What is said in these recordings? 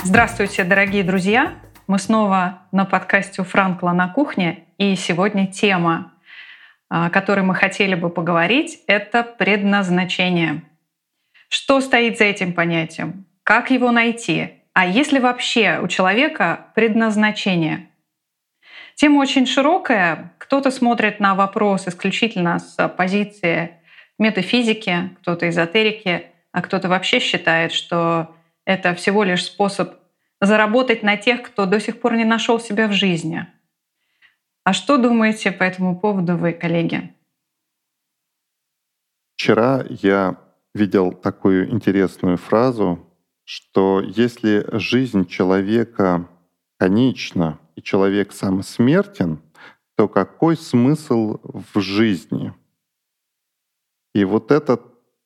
Здравствуйте, дорогие друзья! Мы снова на подкасте у Франкла на кухне, и сегодня тема, о которой мы хотели бы поговорить, это предназначение. Что стоит за этим понятием? Как его найти? А есть ли вообще у человека предназначение? Тема очень широкая. Кто-то смотрит на вопрос исключительно с позиции метафизики, кто-то эзотерики, а кто-то вообще считает, что это всего лишь способ заработать на тех, кто до сих пор не нашел себя в жизни. А что думаете по этому поводу вы, коллеги? Вчера я видел такую интересную фразу, что если жизнь человека конечна и человек сам смертен, то какой смысл в жизни? И вот этот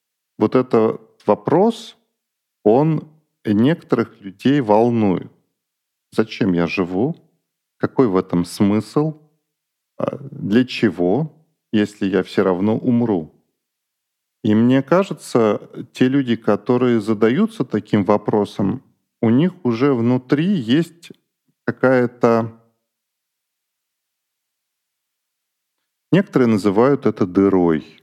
вопрос, он некоторых людей волнует. Зачем я живу? Какой в этом смысл? Для чего, если я все равно умру? И мне кажется, те люди, которые задаются таким вопросом, у них уже внутри есть какая-то... Некоторые называют это дырой.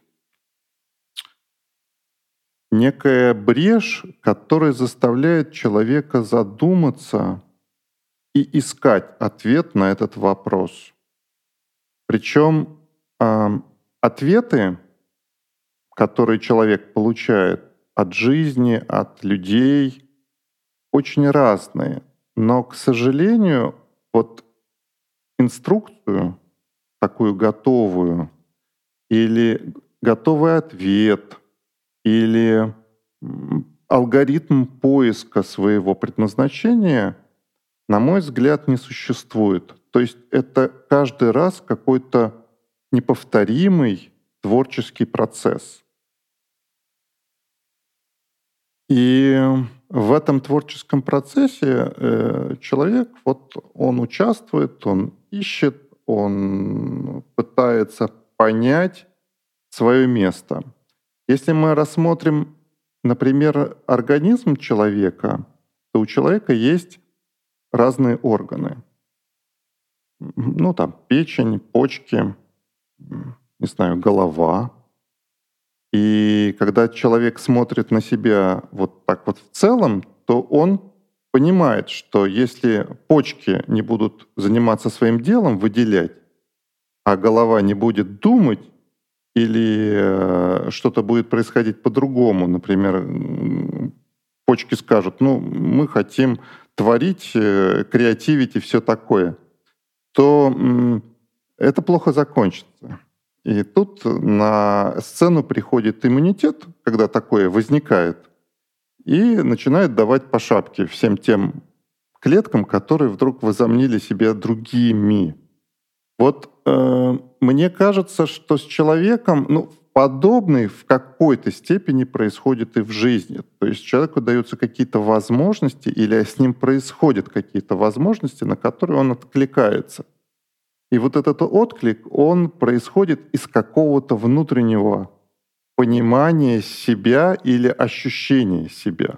Некая брешь, которая заставляет человека задуматься и искать ответ на этот вопрос. Причем ответы, которые человек получает от жизни, от людей, очень разные. Но, к сожалению, вот инструкцию, такую готовую, или готовый ответ, или алгоритм поиска своего предназначения, на мой взгляд, не существует. То есть это каждый раз какой-то неповторимый творческий процесс. И в этом творческом процессе человек, он участвует, он ищет, он пытается понять свое место. Если мы рассмотрим, например, организм человека, то у человека есть разные органы. Печень, почки, не знаю, голова. И когда человек смотрит на себя вот так вот в целом, то он понимает, что если почки не будут заниматься своим делом, выделять, а голова не будет думать, или что-то будет происходить по-другому, например, почки скажут, мы хотим творить, креативить и все такое, то это плохо закончится. И тут на сцену приходит иммунитет, когда такое возникает, и начинает давать по шапке всем тем клеткам, которые вдруг возомнили себя другими. Мне кажется, что с человеком подобный в какой-то степени происходит и в жизни. То есть человеку даются какие-то возможности, или с ним происходят какие-то возможности, на которые он откликается. И вот этот отклик, он происходит из какого-то внутреннего понимания себя или ощущения себя.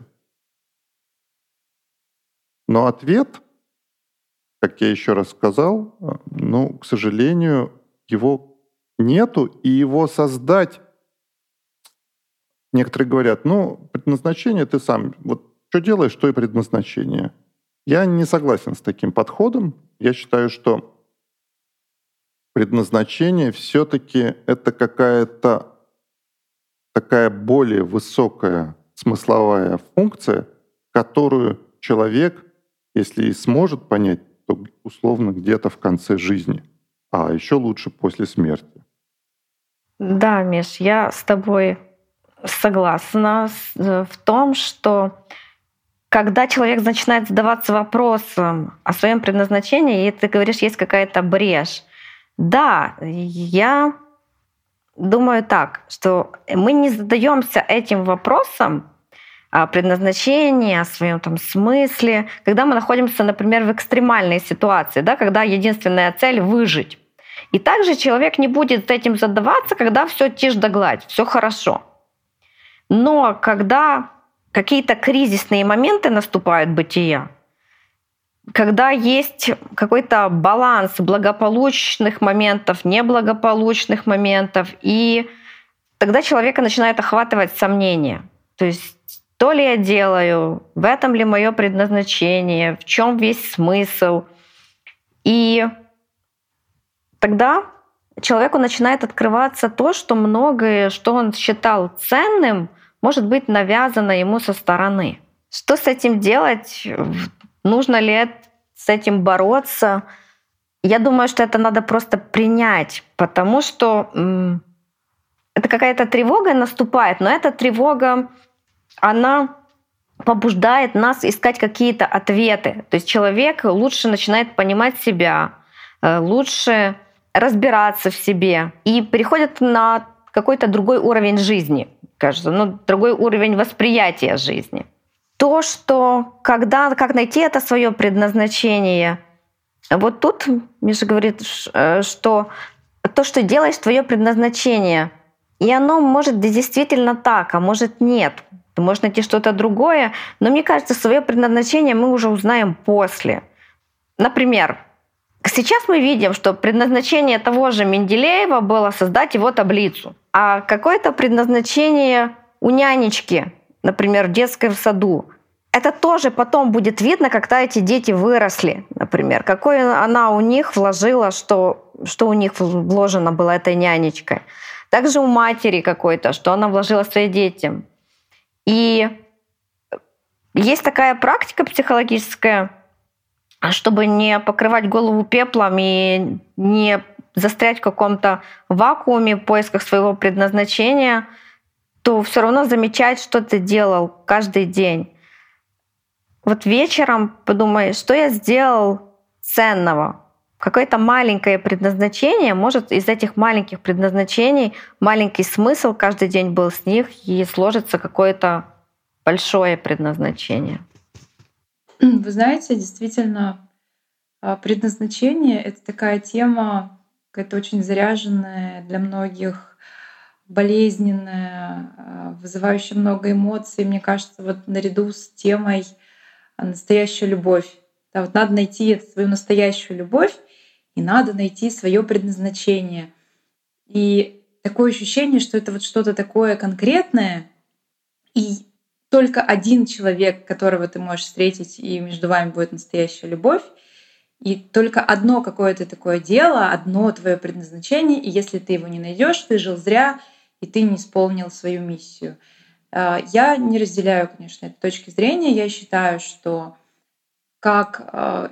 Но ответ, как я еще раз сказал, к сожалению, его нету, и его создать... Некоторые говорят, предназначение ты сам, что делаешь, то и предназначение. Я не согласен с таким подходом. Я считаю, что предназначение все-таки это какая-то такая более высокая смысловая функция, которую человек, если и сможет понять, то условно где-то в конце жизни, а еще лучше после смерти. Да, Миш, я с тобой согласна в том, что когда человек начинает задаваться вопросом о своем предназначении, и ты говоришь, есть какая-то брешь. Да, я думаю так, что мы не задаемся этим вопросом о предназначении, о своем смысле, когда мы находимся, например, в экстремальной ситуации, когда единственная цель — выжить. И также человек не будет этим задаваться, когда все тишь да гладь, все хорошо. Но когда какие-то кризисные моменты наступают бытия, когда есть какой-то баланс благополучных моментов, неблагополучных моментов, и тогда человека начинает охватывать сомнения. То есть то ли я делаю, в этом ли мое предназначение, в чем весь смысл. И тогда человеку начинает открываться то, что многое, что он считал ценным, может быть навязано ему со стороны. Что с этим делать? Нужно ли с этим бороться? Я думаю, что это надо просто принять, потому что это какая-то тревога наступает, но эта тревога, она побуждает нас искать какие-то ответы. То есть человек лучше начинает понимать себя, лучше разбираться в себе и переходит на какой-то другой уровень жизни, кажется, другой уровень восприятия жизни. То, что как найти это свое предназначение, вот тут Миша говорит, что то, что делаешь, твое предназначение, и оно может действительно так, а может нет. Ты можешь найти что-то другое, но мне кажется, свое предназначение мы уже узнаем после. Например, сейчас мы видим, что предназначение того же Менделеева было создать его таблицу, а какое-то предназначение у нянечки, например, в детском саду, это тоже потом будет видно, когда эти дети выросли, например, какое она у них вложила, что у них вложено было этой нянечкой. Также у матери какой-то, что она вложила своим детям. И есть такая практика психологическая, чтобы не покрывать голову пеплом и не застрять в каком-то вакууме в поисках своего предназначения, то все равно замечать, что ты делал каждый день. Вот вечером подумай, что я сделал ценного. Какое-то маленькое предназначение, может, из этих маленьких предназначений маленький смысл каждый день был с них, и сложится какое-то большое предназначение. Вы знаете, действительно, предназначение — это такая тема, какая-то очень заряженная для многих, болезненная, вызывающая много эмоций. Мне кажется, вот наряду с темой настоящая любовь. Да, вот надо найти свою настоящую любовь, и надо найти свое предназначение. И такое ощущение, что это вот что-то такое конкретное, и только один человек, которого ты можешь встретить, и между вами будет настоящая любовь, и только одно какое-то такое дело, одно твое предназначение, и если ты его не найдешь, ты жил зря, и ты не исполнил свою миссию. Я не разделяю, конечно, этой точки зрения. Я считаю, что как в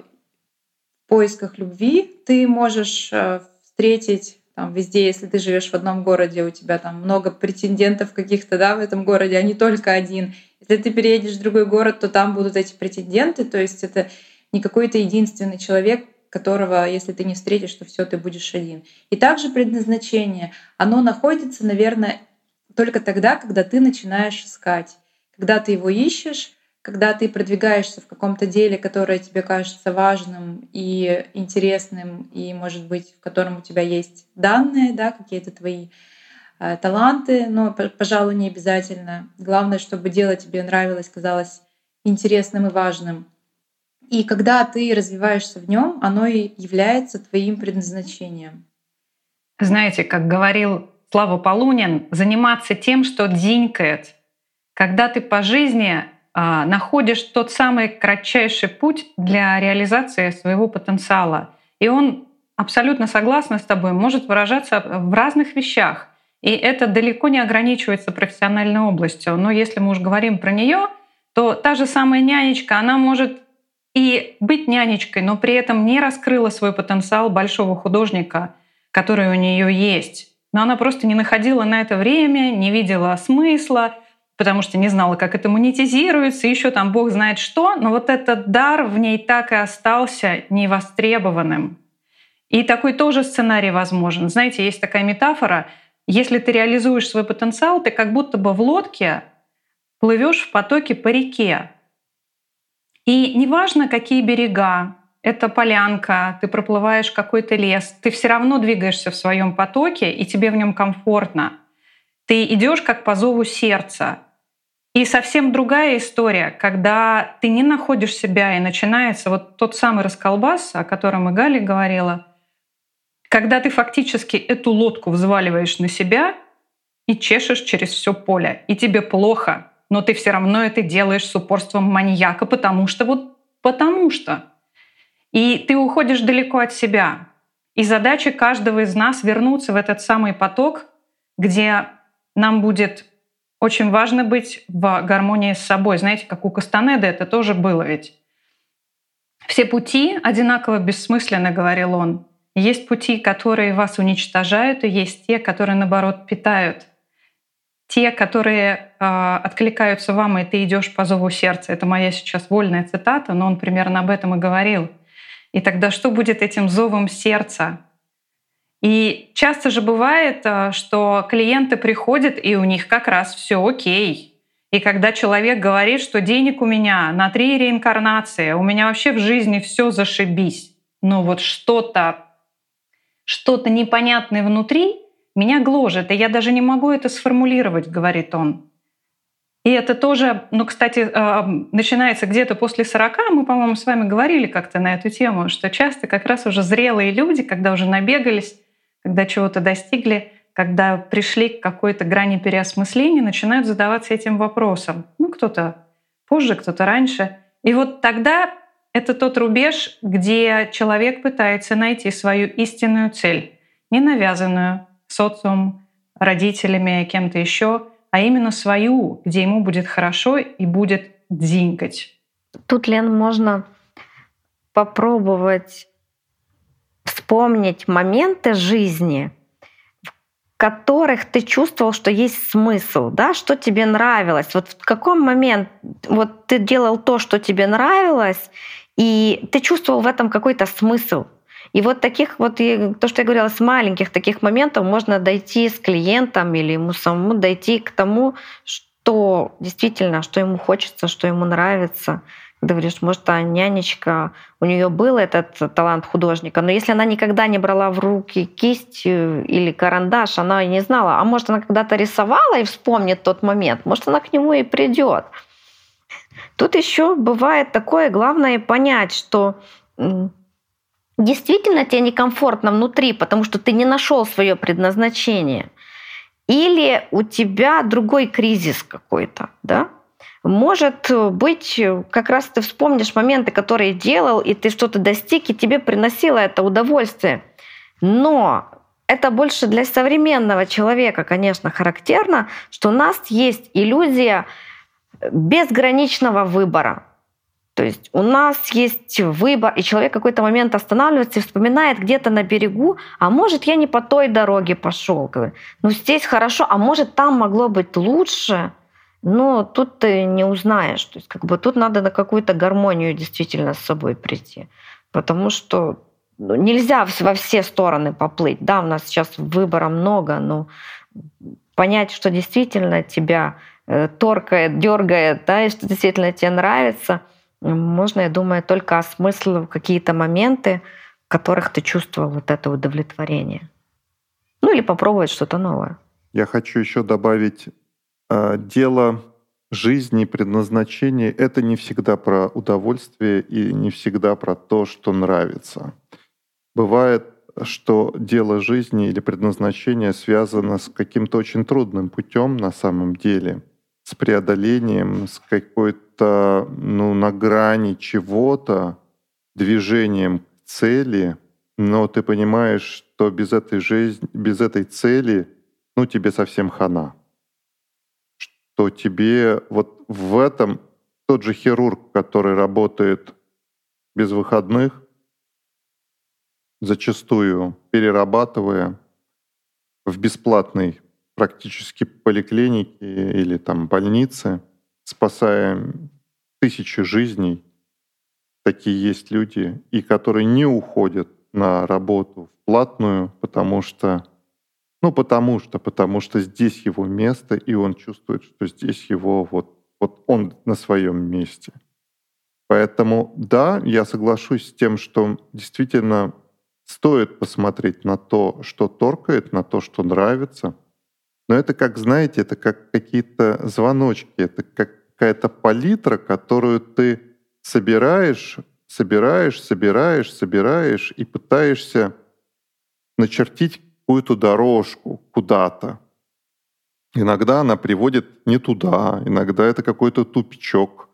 поисках любви ты можешь встретить там везде, если ты живешь в одном городе, у тебя там много претендентов каких-то, да, в этом городе, а не только один. Если ты переедешь в другой город, то там будут эти претенденты. То есть это не какой-то единственный человек, которого, если ты не встретишь, то все, ты будешь один. И также предназначение, оно находится, наверное, только тогда, когда ты начинаешь искать, когда ты его ищешь, когда ты продвигаешься в каком-то деле, которое тебе кажется важным и интересным, и, может быть, в котором у тебя есть данные, да, какие-то твои таланты, но, пожалуй, не обязательно. Главное, чтобы дело тебе нравилось, казалось интересным и важным. И когда ты развиваешься в нем, оно и является твоим предназначением. Знаете, как говорил Слава Полунин, заниматься тем, что дзинькает. Когда ты по жизни находишь тот самый кратчайший путь для реализации своего потенциала. И он, абсолютно согласна с тобой, может выражаться в разных вещах. И это далеко не ограничивается профессиональной областью. Но если мы уж говорим про нее, то та же самая нянечка, она может и быть нянечкой, но при этом не раскрыла свой потенциал большого художника, который у нее есть. Но она просто не находила на это время, не видела смысла, потому что не знала, как это монетизируется, еще там бог знает что. Но вот этот дар в ней так и остался невостребованным. И такой тоже сценарий возможен. Знаете, есть такая метафора. Если ты реализуешь свой потенциал, ты как будто бы в лодке плывешь в потоке по реке. И неважно, какие берега, это полянка, ты проплываешь какой-то лес, ты все равно двигаешься в своем потоке, и тебе в нем комфортно. Ты идешь как по зову сердца. И совсем другая история, когда ты не находишь себя, и начинается вот тот самый расколбас, о котором и Галя говорила, когда ты фактически эту лодку взваливаешь на себя и чешешь через все поле, и тебе плохо, но ты все равно это делаешь с упорством маньяка, потому что. И ты уходишь далеко от себя. И задача каждого из нас вернуться в этот самый поток, где нам будет очень важно быть в гармонии с собой. Знаете, как у Кастанеды это тоже было ведь. Все пути одинаково бессмысленны, говорил он. Есть пути, которые вас уничтожают, и есть те, которые, наоборот, питают. Те, которые откликаются вам, и ты идешь по зову сердца. Это моя сейчас вольная цитата, но он примерно об этом и говорил. И тогда что будет этим зовом сердца? И часто же бывает, что клиенты приходят, и у них как раз все окей. И когда человек говорит, что денег у меня на 3 реинкарнации, у меня вообще в жизни все зашибись, но вот что-то непонятное внутри меня гложет, и я даже не могу это сформулировать, говорит он. И это тоже, кстати, начинается где-то после 40. Мы, по-моему, с вами говорили как-то на эту тему, что часто как раз уже зрелые люди, когда уже набегались, когда чего-то достигли, когда пришли к какой-то грани переосмысления, начинают задаваться этим вопросом. Кто-то позже, кто-то раньше. И вот тогда это тот рубеж, где человек пытается найти свою истинную цель, не навязанную социумом, родителями, кем-то еще, а именно свою, где ему будет хорошо и будет дзинькать. Тут, Лен, можно попробовать вспомнить моменты жизни, в которых ты чувствовал, что есть смысл, да, что тебе нравилось. Вот в каком момент вот ты делал то, что тебе нравилось, и ты чувствовал в этом какой-то смысл. И вот таких вот, то, что я говорила, с маленьких таких моментов можно дойти с клиентом или ему самому дойти к тому, что действительно, что ему хочется, что ему нравится. Ты говоришь, может, нянечка, у нее был этот талант художника, но если она никогда не брала в руки кисть или карандаш, она и не знала, а может, она когда-то рисовала и вспомнит тот момент, может, она к нему и придет. Тут еще бывает такое, главное понять, что действительно тебе некомфортно внутри, потому что ты не нашел свое предназначение, или у тебя другой кризис какой-то, да? Может быть, как раз ты вспомнишь моменты, которые делал, и ты что-то достиг, и тебе приносило это удовольствие. Но это больше для современного человека, конечно, характерно, что у нас есть иллюзия безграничного выбора. То есть у нас есть выбор, и человек в какой-то момент останавливается и вспоминает где-то на берегу, а может, я не по той дороге пошел. Здесь хорошо, а может, там могло быть лучше. Но тут ты не узнаешь. То есть тут надо на какую-то гармонию действительно с собой прийти. Потому что нельзя во все стороны поплыть. Да, у нас сейчас выбора много, но понять, что действительно тебя торкает, дергает, да, и что действительно тебе нравится, можно, я думаю, только осмыслив какие-то моменты, в которых ты чувствовал вот это удовлетворение. Или попробовать что-то новое. Я хочу еще добавить, дело жизни, предназначения — это не всегда про удовольствие и не всегда про то, что нравится. Бывает, что дело жизни или предназначения связано с каким-то очень трудным путем на самом деле, с преодолением, с какой-то, на грани чего-то, движением к цели, но ты понимаешь, что без этой цели, тебе совсем хана. Что тебе вот в этом тот же хирург, который работает без выходных, зачастую перерабатывая в бесплатной практически поликлинике или больнице, спасая тысячи жизней, такие есть люди, и которые не уходят на работу в платную, потому что здесь его место, и он чувствует, что здесь его вот он на своем месте. Поэтому да, я соглашусь с тем, что действительно стоит посмотреть на то, что торкает, на то, что нравится, Но это как, знаете, это как какие-то звоночки, это как какая-то палитра, которую ты собираешь и пытаешься начертить какую-то дорожку куда-то. Иногда она приводит не туда, иногда это какой-то тупичок.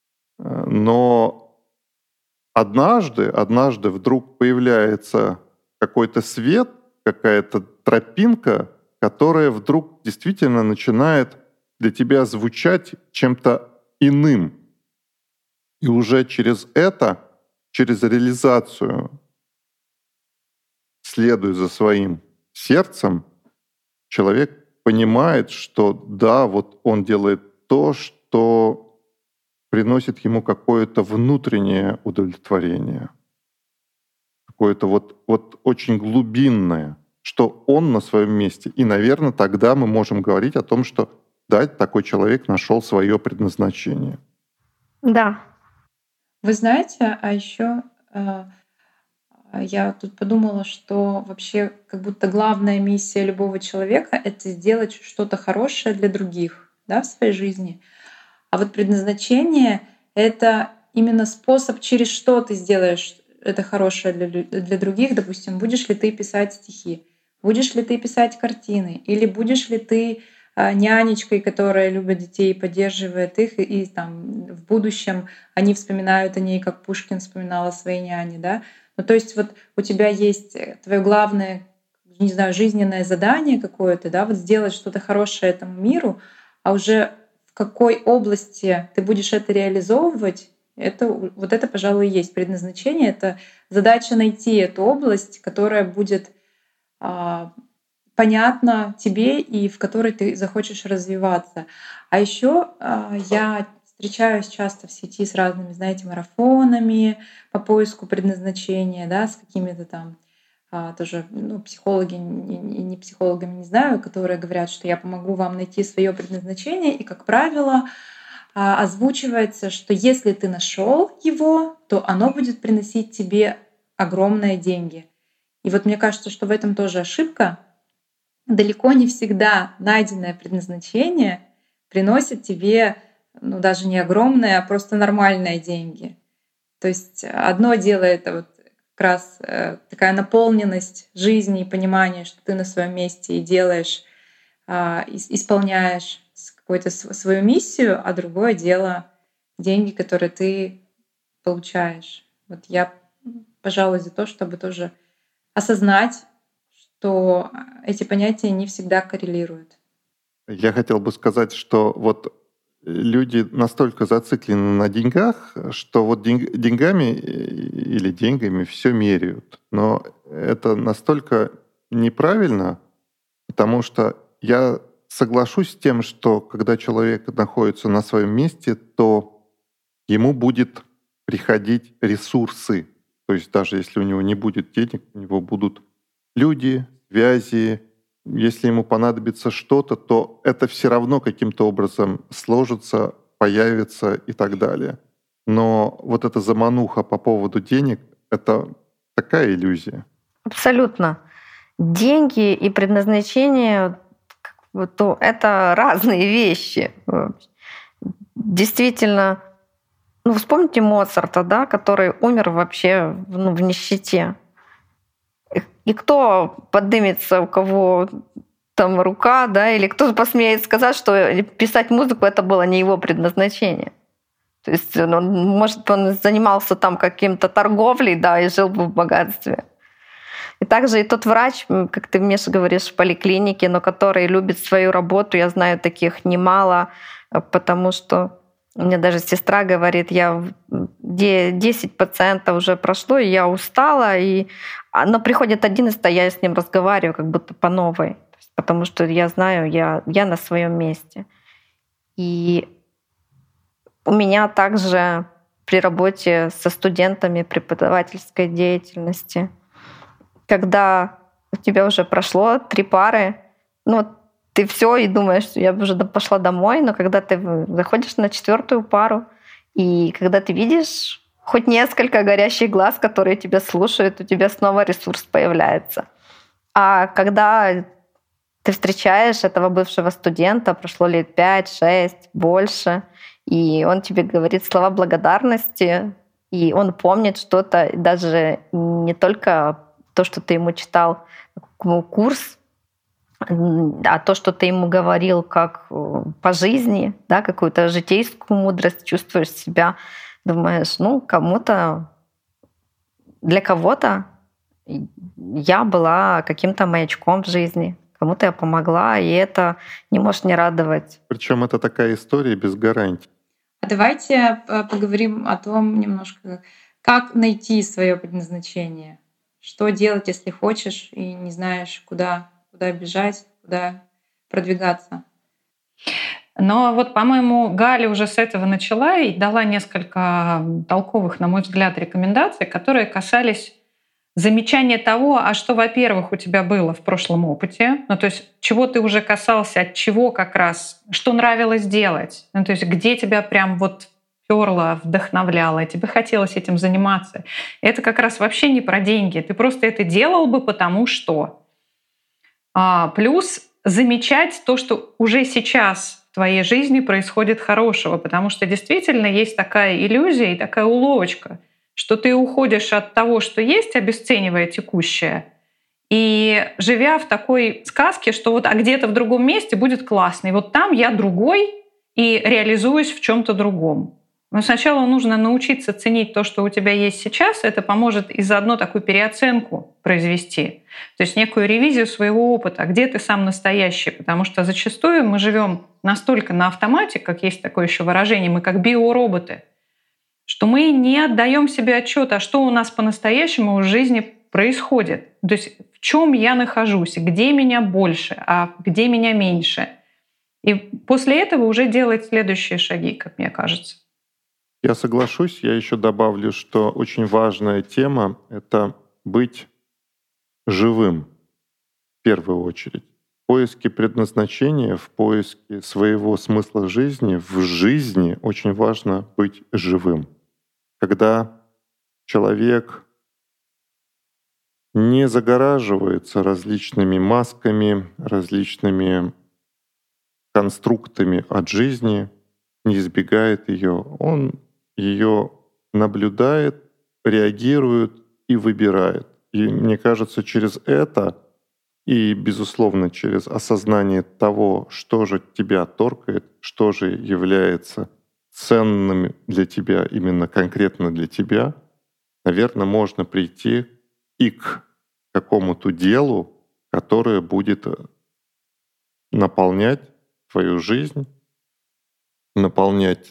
Но однажды вдруг появляется какой-то свет, какая-то тропинка, которая вдруг действительно начинает для тебя звучать чем-то иным. И уже через реализацию, следуя за своим сердцем, человек понимает, что да, вот он делает то, что приносит ему какое-то внутреннее удовлетворение, какое-то вот очень глубинное, что он на своем месте. И, наверное, тогда мы можем говорить о том, что да, такой человек нашел свое предназначение. Да. Вы знаете, а еще я тут подумала, что вообще как будто главная миссия любого человека — это сделать что-то хорошее для других, да, в своей жизни. А вот предназначение — это именно способ, через что ты сделаешь это хорошее для других. Допустим, будешь ли ты писать стихи, будешь ли ты писать картины, или будешь ли ты нянечкой, которая любит детей и поддерживает их, и там в будущем они вспоминают о ней, как Пушкин вспоминал о своей няне, да. Ну, то есть вот у тебя есть твое главное, не знаю, жизненное задание какое-то, да, вот сделать что-то хорошее этому миру, а уже в какой области ты будешь это реализовывать, вот это, пожалуй, и есть предназначение. Это задача найти эту область, которая будет понятна тебе и в которой ты захочешь развиваться. А еще я встречаюсь часто в сети с разными, знаете, марафонами по поиску предназначения, да, с какими-то там тоже психологи и не психологами, не знаю, которые говорят, что я помогу вам найти свое предназначение. И, как правило, озвучивается, что если ты нашел его, то оно будет приносить тебе огромные деньги. И вот мне кажется, что в этом тоже ошибка. Далеко не всегда найденное предназначение приносит тебе даже не огромные, а просто нормальные деньги. То есть одно дело — это вот как раз такая наполненность жизни и понимание, что ты на своем месте и делаешь, исполняешь какую-то свою миссию, а другое дело — деньги, которые ты получаешь. Вот я, пожалуй, за то, чтобы тоже осознать, что эти понятия не всегда коррелируют. Я хотел бы сказать, что вот люди настолько зациклены на деньгах, что вот деньгами все меряют. Но это настолько неправильно, потому что я соглашусь с тем, что когда человек находится на своем месте, то ему будет приходить ресурсы. То есть даже если у него не будет денег, у него будут люди, связи. Если ему понадобится что-то, то это все равно каким-то образом сложится, появится и так далее. Но вот эта замануха по поводу денег — это такая иллюзия. Абсолютно. Деньги и предназначение то это разные вещи. Действительно, вспомните Моцарта, да, который умер вообще в нищете. И кто поднимется, у кого там рука, да, или кто посмеет сказать, что писать музыку — это было не его предназначение. То есть, может, он занимался там каким-то торговлей, да, и жил бы в богатстве. И также и тот врач, как ты, Миша, говоришь, в поликлинике, но который любит свою работу, я знаю таких немало, потому что у меня даже сестра говорит, 10% уже прошло, и я устала, но приходит 11, я с ним разговариваю как будто по новой, потому что я знаю, я на своем месте. И у меня также при работе со студентами преподавательской деятельности, когда у тебя уже прошло 3 пары, ты все и думаешь, что я уже пошла домой, но когда ты заходишь на 4-ю пару, и когда ты видишь хоть несколько горящих глаз, которые тебя слушают, у тебя снова ресурс появляется. А когда ты встречаешь этого бывшего студента, прошло лет 5-6, больше, и он тебе говорит слова благодарности, и он помнит что-то, даже не только то, что ты ему читал курс, а то, что ты ему говорил как по жизни, да, какую-то житейскую мудрость, чувствуешь себя, думаешь, для кого-то я была каким-то маячком в жизни, кому-то я помогла, и это не может не радовать. Причем это такая история без гарантий. А давайте поговорим о том немножко, как найти свое предназначение. Что делать, если хочешь и не знаешь, куда бежать, куда продвигаться. Но вот, по-моему, Галя уже с этого начала и дала несколько толковых, на мой взгляд, рекомендаций, которые касались замечания того, а что, во-первых, у тебя было в прошлом опыте, то есть чего ты уже касался, от чего как раз, что нравилось делать, то есть где тебя прям вот пёрло, вдохновляло, тебе хотелось этим заниматься. Это как раз вообще не про деньги, ты просто это делал бы потому что. Плюс замечать то, что уже сейчас в твоей жизни происходит хорошего, потому что действительно есть такая иллюзия и такая уловочка, что ты уходишь от того, что есть, обесценивая текущее, и живя в такой сказке, что вот где-то в другом месте будет классно, и вот там я другой и реализуюсь в чем-то другом. Но сначала нужно научиться ценить то, что у тебя есть сейчас. Это поможет и заодно такую переоценку произвести. То есть некую ревизию своего опыта. Где ты сам настоящий? Потому что зачастую мы живем настолько на автомате, как есть такое еще выражение, мы как биороботы, что мы не отдаем себе отчет, а что у нас по-настоящему в жизни происходит. То есть в чем я нахожусь, где меня больше, а где меня меньше. И после этого уже делать следующие шаги, как мне кажется. Я соглашусь, я еще добавлю, что очень важная тема — это быть живым в первую очередь. В поиске предназначения, в поиске своего смысла жизни, в жизни очень важно быть живым. Когда человек не загораживается различными масками, различными конструктами от жизни, не избегает ее, он ее наблюдает, реагирует и выбирает. И мне кажется, через это и, безусловно, через осознание того, что же тебя торкает, что же является ценным для тебя, именно конкретно для тебя, наверное, можно прийти и к какому-то делу, которое будет наполнять твою жизнь, наполнять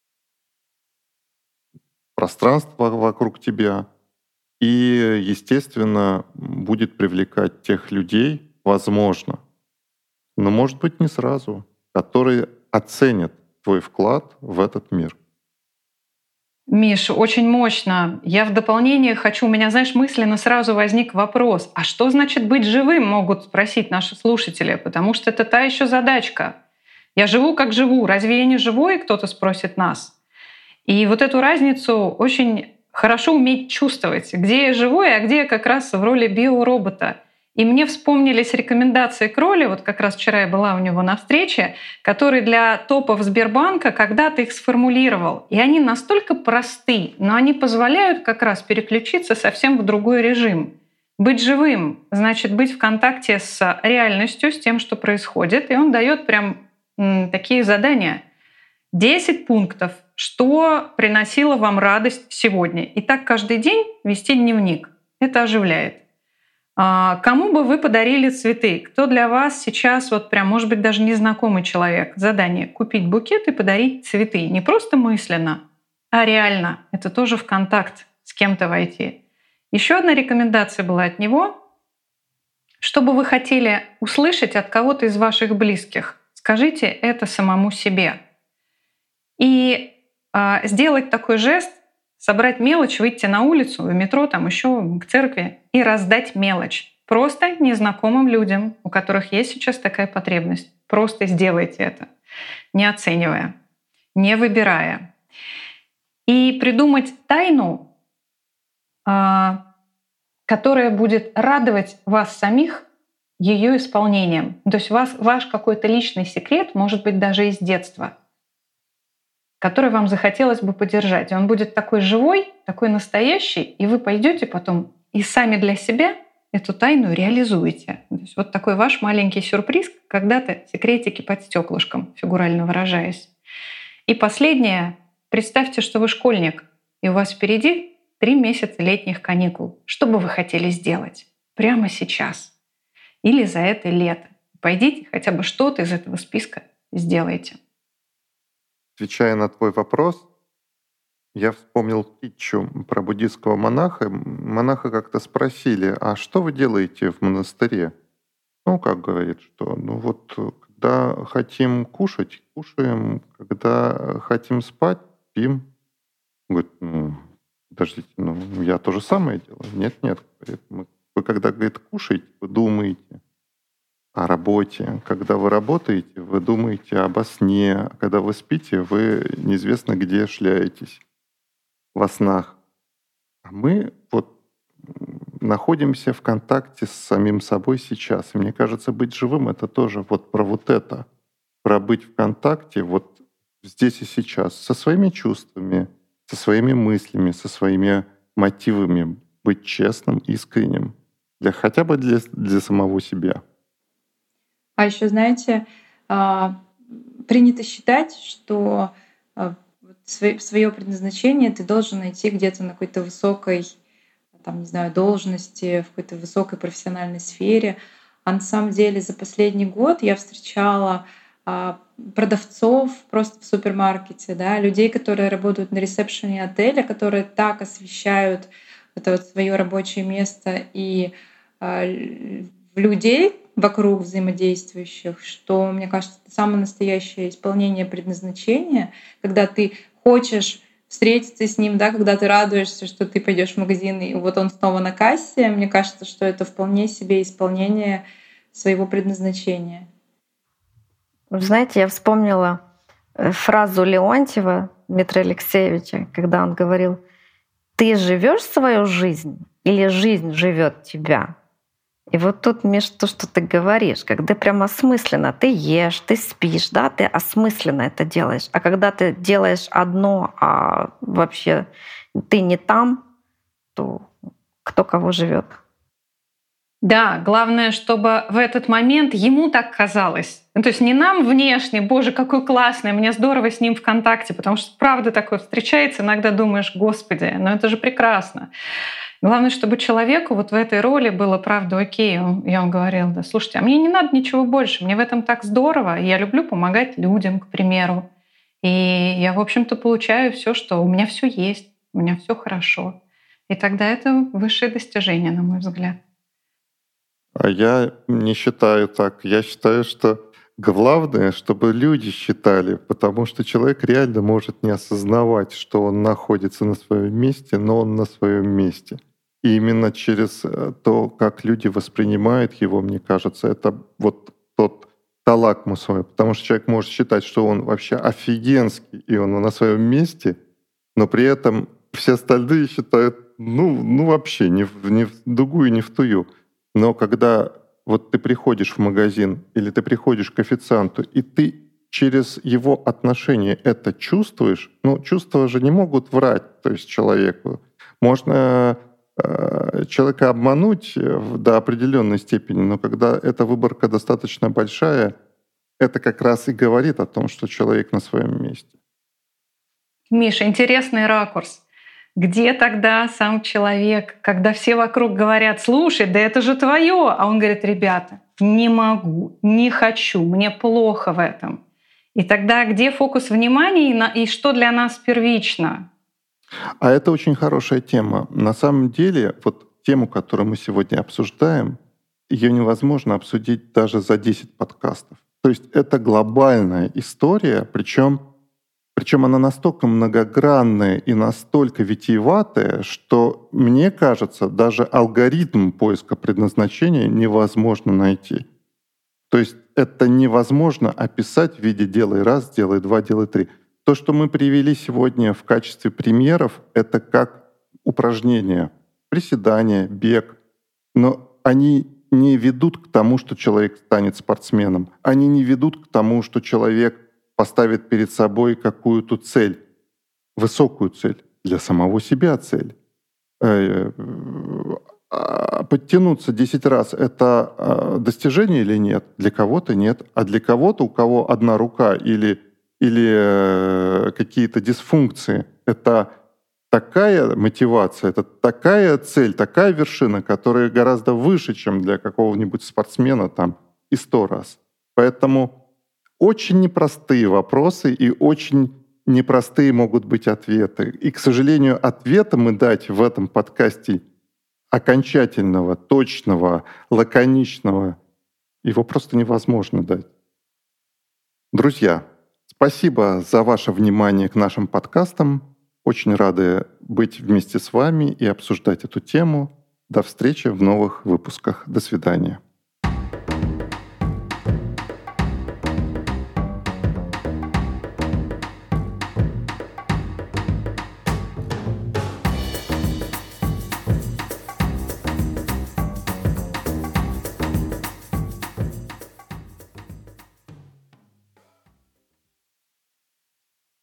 пространство вокруг тебя и, естественно, будет привлекать тех людей, возможно, но, может быть, не сразу, которые оценят твой вклад в этот мир. Миш, очень мощно. Я в дополнение хочу, у меня, знаешь, мысленно сразу возник вопрос, а что значит быть живым, могут спросить наши слушатели, потому что это та еще задачка. Я живу как живу, разве я не живой, кто-то спросит нас. И вот эту разницу очень хорошо уметь чувствовать, где я живой, а где я как раз в роли биоробота. И мне вспомнились рекомендации Кроли, вот как раз вчера я была у него на встрече, который для топов Сбербанка когда-то их сформулировал. И они настолько просты, но они позволяют как раз переключиться совсем в другой режим. Быть живым значит быть в контакте с реальностью, с тем, что происходит. И он дает прям такие задания. 10 пунктов, что приносило вам радость сегодня. И так каждый день вести дневник. Это оживляет. Кому бы вы подарили цветы? Кто для вас сейчас, вот прям, может быть, даже незнакомый человек? Задание — купить букет и подарить цветы. Не просто мысленно, а реально. Это тоже в контакт с кем-то войти. Еще одна рекомендация была от него. Что бы вы хотели услышать от кого-то из ваших близких, скажите это самому себе. И сделать такой жест, собрать мелочь, выйти на улицу, в метро, там еще к церкви и раздать мелочь. Просто незнакомым людям, у которых есть сейчас такая потребность. Просто сделайте это, не оценивая, не выбирая. И придумать тайну, которая будет радовать вас самих ее исполнением. То есть ваш какой-то личный секрет, может быть, даже из детства, который вам захотелось бы поддержать. И он будет такой живой, такой настоящий, и вы пойдете потом и сами для себя эту тайну реализуете. То есть вот такой ваш маленький сюрприз, когда-то секретики под стеклышком, фигурально выражаясь. И последнее. Представьте, что вы школьник, и у вас впереди 3 месяца летних каникул. Что бы вы хотели сделать прямо сейчас? Или за это лето? Пойдите хотя бы что-то из этого списка сделайте. Отвечая на твой вопрос, я вспомнил притчу про буддийского монаха. Монаха как-то спросили, а что вы делаете в монастыре? Ну, как говорит, что когда хотим кушать, кушаем, когда хотим спать, спим. Говорит, подождите, я то же самое делаю. Нет, говорит, вы когда, говорит, кушаете, вы думаете о работе. Когда вы работаете, вы думаете обо сне. А когда вы спите, вы неизвестно где шляетесь во снах. А мы находимся в контакте с самим собой сейчас. И мне кажется, быть живым — это тоже про это. Про быть в контакте здесь и сейчас. Со своими чувствами, со своими мыслями, со своими мотивами. Быть честным, искренним. Хотя бы для самого себя. А еще, знаете, принято считать, что свое предназначение ты должен найти где-то на какой-то высокой, должности, в какой-то высокой профессиональной сфере. А на самом деле за последний год я встречала продавцов просто в супермаркете, людей, которые работают на ресепшене отеля, которые так освещают это свое рабочее место и людей вокруг взаимодействующих, что, мне кажется, это самое настоящее исполнение предназначения, когда ты хочешь встретиться с ним, когда ты радуешься, что ты пойдешь в магазин, и он снова на кассе. Мне кажется, что это вполне себе исполнение своего предназначения. Вы знаете, я вспомнила фразу Леонтьева Дмитрия Алексеевича, когда он говорил: «Ты живешь свою жизнь или жизнь живет тебя?» И тут, Миш, то, что ты говоришь, когда прям осмысленно ты ешь, ты спишь, ты осмысленно это делаешь. А когда ты делаешь одно, а вообще ты не там, то кто кого живет? Да, главное, чтобы в этот момент ему так казалось. То есть не нам внешне, боже, какой классный, мне здорово с ним в контакте, потому что правда такое встречается, иногда думаешь, господи, это же прекрасно. Главное, чтобы человеку в этой роли было, правда, окей. И он говорил, слушайте, а мне не надо ничего больше, мне в этом так здорово, я люблю помогать людям, к примеру. И я, в общем-то, получаю все, что у меня все есть, у меня все хорошо. И тогда это высшее достижение, на мой взгляд. А я не считаю так. Я считаю, что главное, чтобы люди считали, потому что человек реально может не осознавать, что он находится на своем месте, но он на своем месте. И именно через то, как люди воспринимают его, мне кажется, это тот лакмусовый. Потому что человек может считать, что он вообще офигенский, и он на своем месте, но при этом все остальные считают, вообще не в дугу и не в тую. Но когда ты приходишь в магазин или ты приходишь к официанту, и ты через его отношение это чувствуешь, чувства же не могут врать, то есть человеку. Можно человека обмануть до определенной степени, но когда эта выборка достаточно большая, это как раз и говорит о том, что человек на своем месте. Миша, интересный ракурс. Где тогда сам человек, когда все вокруг говорят: слушай, да это же твое, а он говорит: ребята, не могу, не хочу, мне плохо в этом. И тогда где фокус внимания и что для нас первично? А это очень хорошая тема. На самом деле, тему, которую мы сегодня обсуждаем, ее невозможно обсудить даже за 10 подкастов. То есть это глобальная история, причем она настолько многогранная и настолько витиеватая, что, мне кажется, даже алгоритм поиска предназначения невозможно найти. То есть это невозможно описать в виде «делай раз, делай два, делай три». То, что мы привели сегодня в качестве примеров, это как упражнения, приседания, бег. Но они не ведут к тому, что человек станет спортсменом. Они не ведут к тому, что человек поставит перед собой какую-то цель, высокую цель, для самого себя цель. Подтянуться 10 раз — это достижение или нет? Для кого-то нет. А для кого-то, у кого одна рука или какие-то дисфункции, это такая мотивация, это такая цель, такая вершина, которая гораздо выше, чем для какого-нибудь спортсмена там и 100 раз. Поэтому очень непростые вопросы и очень непростые могут быть ответы. И, к сожалению, ответа мы дать в этом подкасте окончательного, точного, лаконичного, его просто невозможно дать. Друзья, спасибо за ваше внимание к нашим подкастам. Очень рады быть вместе с вами и обсуждать эту тему. До встречи в новых выпусках. До свидания.